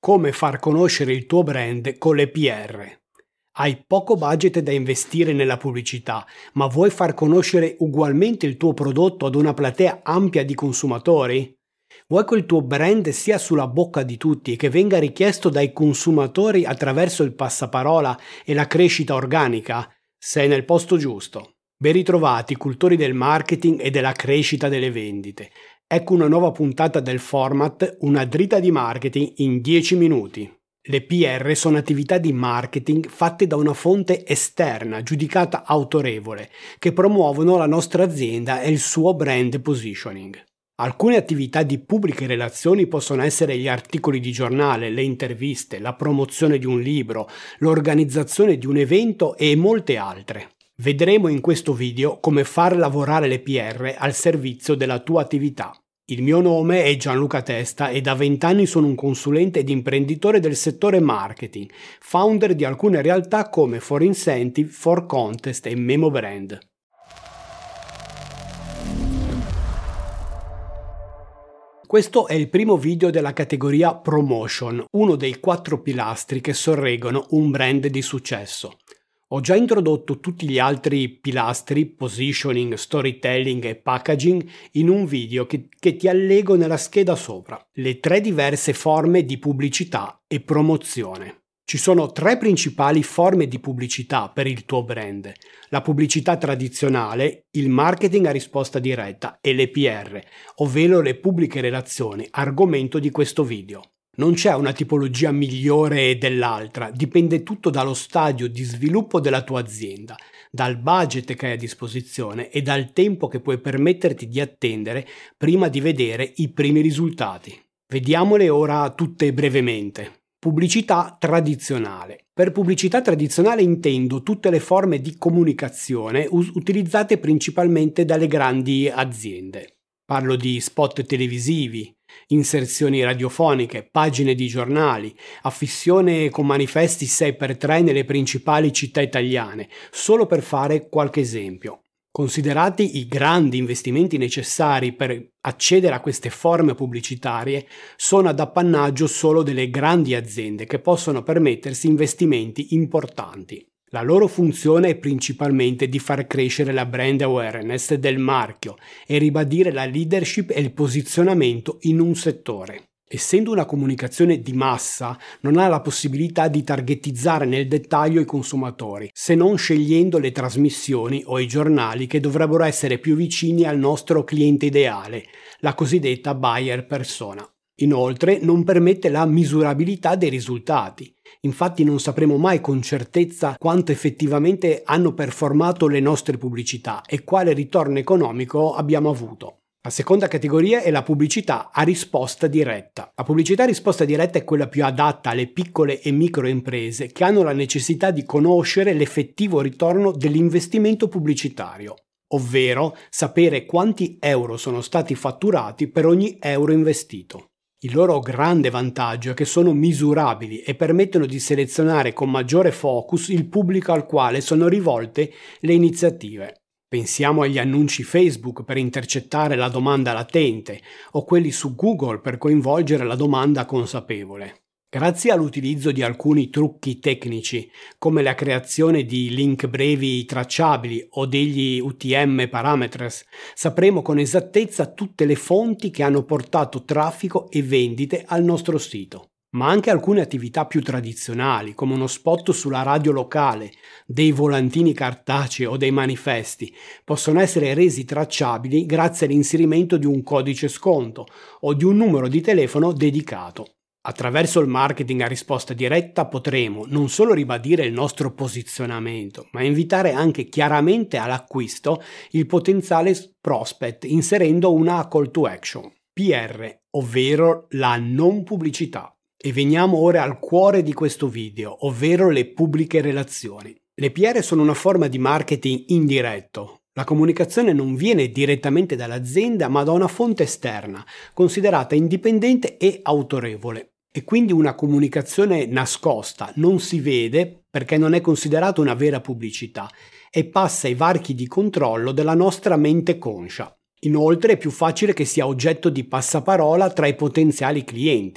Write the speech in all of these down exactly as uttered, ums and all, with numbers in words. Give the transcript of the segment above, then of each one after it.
Come far conoscere il tuo brand con le P R. Hai poco budget da investire nella pubblicità, ma vuoi far conoscere ugualmente il tuo prodotto ad una platea ampia di consumatori? Vuoi che il tuo brand sia sulla bocca di tutti e che venga richiesto dai consumatori attraverso il passaparola e la crescita organica? Sei nel posto giusto. Ben ritrovati, cultori del marketing e della crescita delle vendite. Ecco una nuova puntata del format Una dritta di marketing in dieci minuti. Le P R sono attività di marketing fatte da una fonte esterna, giudicata autorevole, che promuovono la nostra azienda e il suo brand positioning. Alcune attività di pubbliche relazioni possono essere gli articoli di giornale, le interviste, la promozione di un libro, l'organizzazione di un evento e molte altre. Vedremo in questo video come far lavorare le P R al servizio della tua attività. Il mio nome è Gianluca Testa e da vent'anni sono un consulente ed imprenditore del settore marketing, founder di alcune realtà come For Incentive, For Contest e Memo Brand. Questo è il primo video della categoria Promotion, uno dei quattro pilastri che sorreggono un brand di successo. Ho già introdotto tutti gli altri pilastri, positioning, storytelling e packaging, in un video che, che ti allego nella scheda sopra. Le tre diverse forme di pubblicità e promozione. Ci sono tre principali forme di pubblicità per il tuo brand. La pubblicità tradizionale, il marketing a risposta diretta e le P R, ovvero le pubbliche relazioni, argomento di questo video. Non c'è una tipologia migliore dell'altra, dipende tutto dallo stadio di sviluppo della tua azienda, dal budget che hai a disposizione e dal tempo che puoi permetterti di attendere prima di vedere i primi risultati. Vediamole ora tutte brevemente. Pubblicità tradizionale. Per pubblicità tradizionale intendo tutte le forme di comunicazione us- utilizzate principalmente dalle grandi aziende. Parlo di spot televisivi, inserzioni radiofoniche, pagine di giornali, affissione con manifesti sei per tre nelle principali città italiane, solo per fare qualche esempio. Considerati i grandi investimenti necessari per accedere a queste forme pubblicitarie, sono ad appannaggio solo delle grandi aziende che possono permettersi investimenti importanti. La loro funzione è principalmente di far crescere la brand awareness del marchio e ribadire la leadership e il posizionamento in un settore. Essendo una comunicazione di massa, non ha la possibilità di targetizzare nel dettaglio i consumatori, se non scegliendo le trasmissioni o i giornali che dovrebbero essere più vicini al nostro cliente ideale, la cosiddetta buyer persona. Inoltre non permette la misurabilità dei risultati. Infatti non sapremo mai con certezza quanto effettivamente hanno performato le nostre pubblicità e quale ritorno economico abbiamo avuto. La seconda categoria è la pubblicità a risposta diretta. La pubblicità a risposta diretta è quella più adatta alle piccole e micro imprese che hanno la necessità di conoscere l'effettivo ritorno dell'investimento pubblicitario, ovvero sapere quanti euro sono stati fatturati per ogni euro investito. Il loro grande vantaggio è che sono misurabili e permettono di selezionare con maggiore focus il pubblico al quale sono rivolte le iniziative. Pensiamo agli annunci Facebook per intercettare la domanda latente o quelli su Google per coinvolgere la domanda consapevole. Grazie all'utilizzo di alcuni trucchi tecnici, come la creazione di link brevi tracciabili o degli U T M parameters, sapremo con esattezza tutte le fonti che hanno portato traffico e vendite al nostro sito. Ma anche alcune attività più tradizionali, come uno spot sulla radio locale, dei volantini cartacei o dei manifesti, possono essere resi tracciabili grazie all'inserimento di un codice sconto o di un numero di telefono dedicato. Attraverso il marketing a risposta diretta potremo non solo ribadire il nostro posizionamento, ma invitare anche chiaramente all'acquisto il potenziale prospect inserendo una call to action, P R, ovvero la non pubblicità. E veniamo ora al cuore di questo video, ovvero le pubbliche relazioni. Le P R sono una forma di marketing indiretto. La comunicazione non viene direttamente dall'azienda, ma da una fonte esterna, considerata indipendente e autorevole. E quindi una comunicazione nascosta, non si vede perché non è considerata una vera pubblicità e passa ai varchi di controllo della nostra mente conscia. Inoltre è più facile che sia oggetto di passaparola tra i potenziali clienti.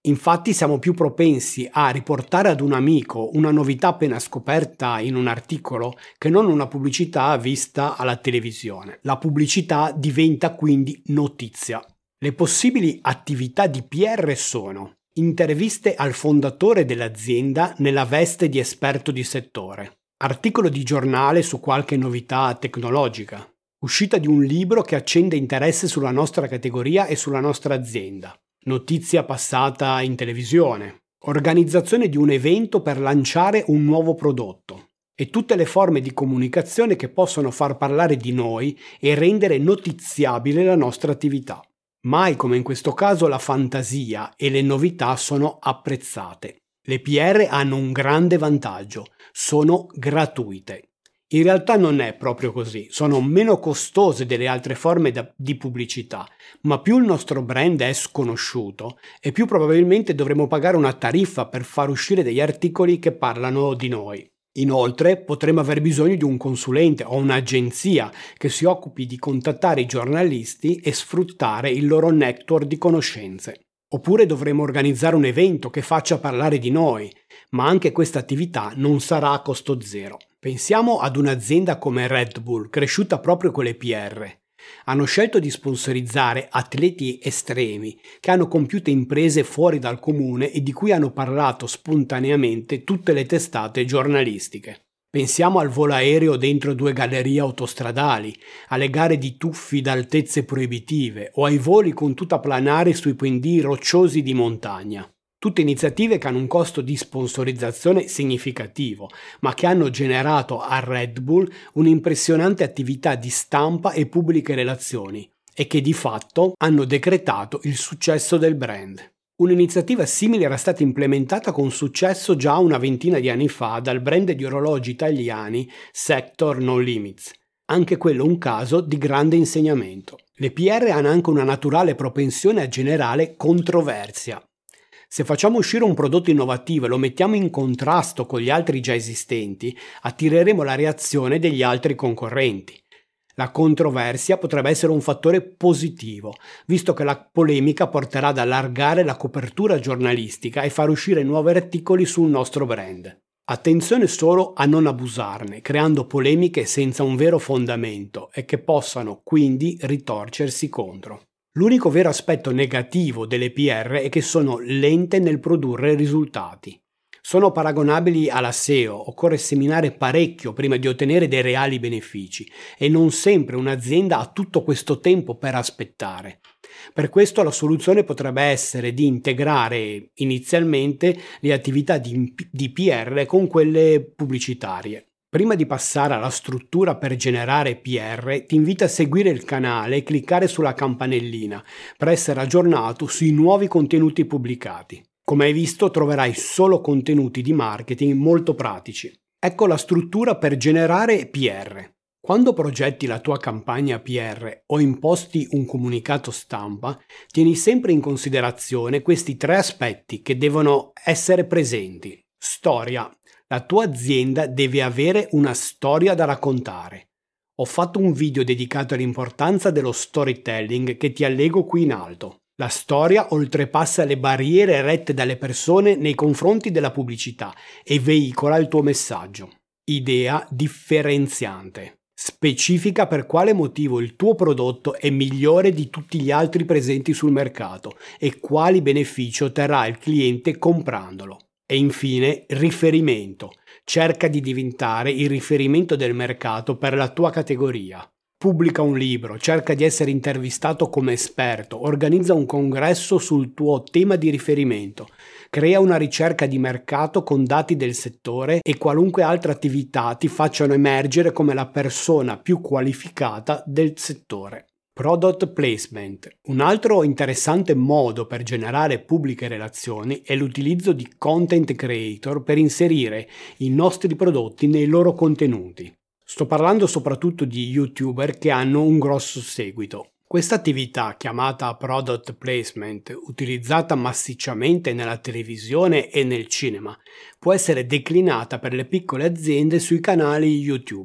Infatti siamo più propensi a riportare ad un amico una novità appena scoperta in un articolo che non una pubblicità vista alla televisione. La pubblicità diventa quindi notizia. Le possibili attività di P R sono: interviste al fondatore dell'azienda nella veste di esperto di settore, articolo di giornale su qualche novità tecnologica, uscita di un libro che accende interesse sulla nostra categoria e sulla nostra azienda, notizia passata in televisione, organizzazione di un evento per lanciare un nuovo prodotto e tutte le forme di comunicazione che possono far parlare di noi e rendere notiziabile la nostra attività. Mai come in questo caso la fantasia e le novità sono apprezzate. Le P R hanno un grande vantaggio: sono gratuite. In realtà non è proprio così, sono meno costose delle altre forme di pubblicità, ma più il nostro brand è sconosciuto e più probabilmente dovremo pagare una tariffa per far uscire degli articoli che parlano di noi. Inoltre potremo aver bisogno di un consulente o un'agenzia che si occupi di contattare i giornalisti e sfruttare il loro network di conoscenze. Oppure dovremo organizzare un evento che faccia parlare di noi, ma anche questa attività non sarà a costo zero. Pensiamo ad un'azienda come Red Bull, cresciuta proprio con le P R. Hanno scelto di sponsorizzare atleti estremi che hanno compiuto imprese fuori dal comune e di cui hanno parlato spontaneamente tutte le testate giornalistiche. Pensiamo al volo aereo dentro due gallerie autostradali, alle gare di tuffi da altezze proibitive o ai voli con tuta planare sui pendii rocciosi di montagna. Tutte iniziative che hanno un costo di sponsorizzazione significativo, ma che hanno generato a Red Bull un'impressionante attività di stampa e pubbliche relazioni e che di fatto hanno decretato il successo del brand. Un'iniziativa simile era stata implementata con successo già una ventina di anni fa dal brand di orologi italiani Sector No Limits. Anche quello un caso di grande insegnamento. Le P R hanno anche una naturale propensione a generare controversia. Se facciamo uscire un prodotto innovativo e lo mettiamo in contrasto con gli altri già esistenti, attireremo la reazione degli altri concorrenti. La controversia potrebbe essere un fattore positivo, visto che la polemica porterà ad allargare la copertura giornalistica e far uscire nuovi articoli sul nostro brand. Attenzione solo a non abusarne, creando polemiche senza un vero fondamento e che possano quindi ritorcersi contro. L'unico vero aspetto negativo delle P R è che sono lente nel produrre risultati. Sono paragonabili alla S E O, occorre seminare parecchio prima di ottenere dei reali benefici e non sempre un'azienda ha tutto questo tempo per aspettare. Per questo la soluzione potrebbe essere di integrare inizialmente le attività di, di P R con quelle pubblicitarie. Prima di passare alla struttura per generare P R, ti invito a seguire il canale e cliccare sulla campanellina per essere aggiornato sui nuovi contenuti pubblicati. Come hai visto, troverai solo contenuti di marketing molto pratici. Ecco la struttura per generare P R. Quando progetti la tua campagna P R o imposti un comunicato stampa, tieni sempre in considerazione questi tre aspetti che devono essere presenti. Storia. La tua azienda deve avere una storia da raccontare. Ho fatto un video dedicato all'importanza dello storytelling che ti allego qui in alto. La storia oltrepassa le barriere erette dalle persone nei confronti della pubblicità e veicola il tuo messaggio. Idea differenziante. Specifica per quale motivo il tuo prodotto è migliore di tutti gli altri presenti sul mercato e quali benefici otterrà il cliente comprandolo. E infine, riferimento. Cerca di diventare il riferimento del mercato per la tua categoria. Pubblica un libro, cerca di essere intervistato come esperto, organizza un congresso sul tuo tema di riferimento, crea una ricerca di mercato con dati del settore e qualunque altra attività ti facciano emergere come la persona più qualificata del settore. Product placement. Un altro interessante modo per generare pubbliche relazioni è l'utilizzo di content creator per inserire i nostri prodotti nei loro contenuti. Sto parlando soprattutto di YouTuber che hanno un grosso seguito. Questa attività, chiamata product placement, utilizzata massicciamente nella televisione e nel cinema, può essere declinata per le piccole aziende sui canali YouTube.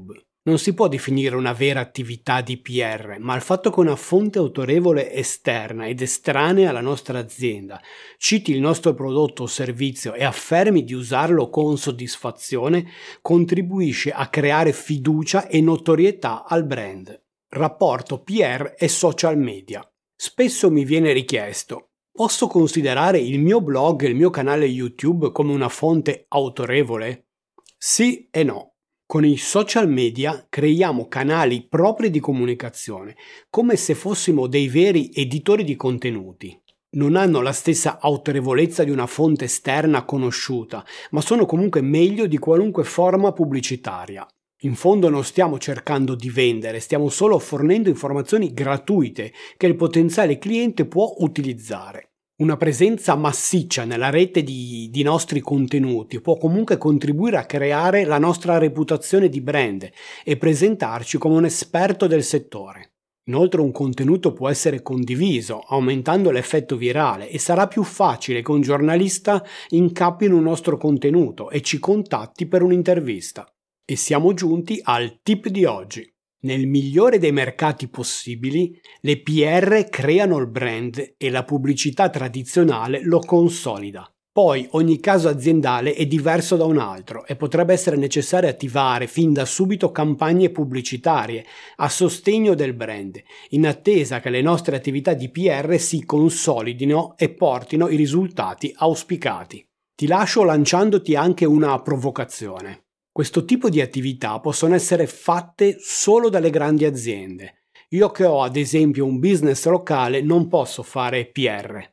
Non si può definire una vera attività di P R, ma il fatto che una fonte autorevole esterna ed estranea alla nostra azienda citi il nostro prodotto o servizio e affermi di usarlo con soddisfazione contribuisce a creare fiducia e notorietà al brand. Rapporto P R e social media. Spesso mi viene richiesto: posso considerare il mio blog e il mio canale YouTube come una fonte autorevole? Sì e no. Con i social media creiamo canali propri di comunicazione, come se fossimo dei veri editori di contenuti. Non hanno la stessa autorevolezza di una fonte esterna conosciuta, ma sono comunque meglio di qualunque forma pubblicitaria. In fondo non stiamo cercando di vendere, stiamo solo fornendo informazioni gratuite che il potenziale cliente può utilizzare. Una presenza massiccia nella rete di, di nostri contenuti può comunque contribuire a creare la nostra reputazione di brand e presentarci come un esperto del settore. Inoltre un contenuto può essere condiviso, aumentando l'effetto virale, e sarà più facile che un giornalista incappi in un nostro contenuto e ci contatti per un'intervista. E siamo giunti al tip di oggi. Nel migliore dei mercati possibili, le P R creano il brand e la pubblicità tradizionale lo consolida. Poi ogni caso aziendale è diverso da un altro e potrebbe essere necessario attivare fin da subito campagne pubblicitarie a sostegno del brand, in attesa che le nostre attività di P R si consolidino e portino i risultati auspicati. Ti lascio lanciandoti anche una provocazione. Questo tipo di attività possono essere fatte solo dalle grandi aziende. Io che ho ad esempio un business locale non posso fare P R.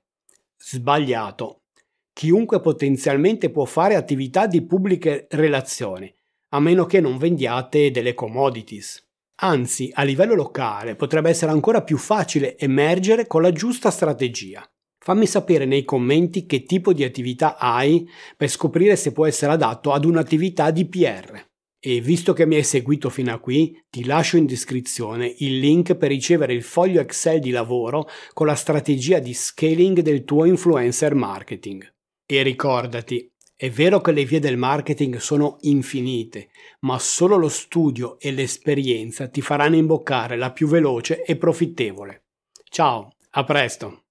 Sbagliato. Chiunque potenzialmente può fare attività di pubbliche relazioni, a meno che non vendiate delle commodities. Anzi, a livello locale potrebbe essere ancora più facile emergere con la giusta strategia. Fammi sapere nei commenti che tipo di attività hai per scoprire se può essere adatto ad un'attività di P R. E visto che mi hai seguito fino a qui, ti lascio in descrizione il link per ricevere il foglio Excel di lavoro con la strategia di scaling del tuo influencer marketing. E ricordati, è vero che le vie del marketing sono infinite, ma solo lo studio e l'esperienza ti faranno imboccare la più veloce e profittevole. Ciao, a presto!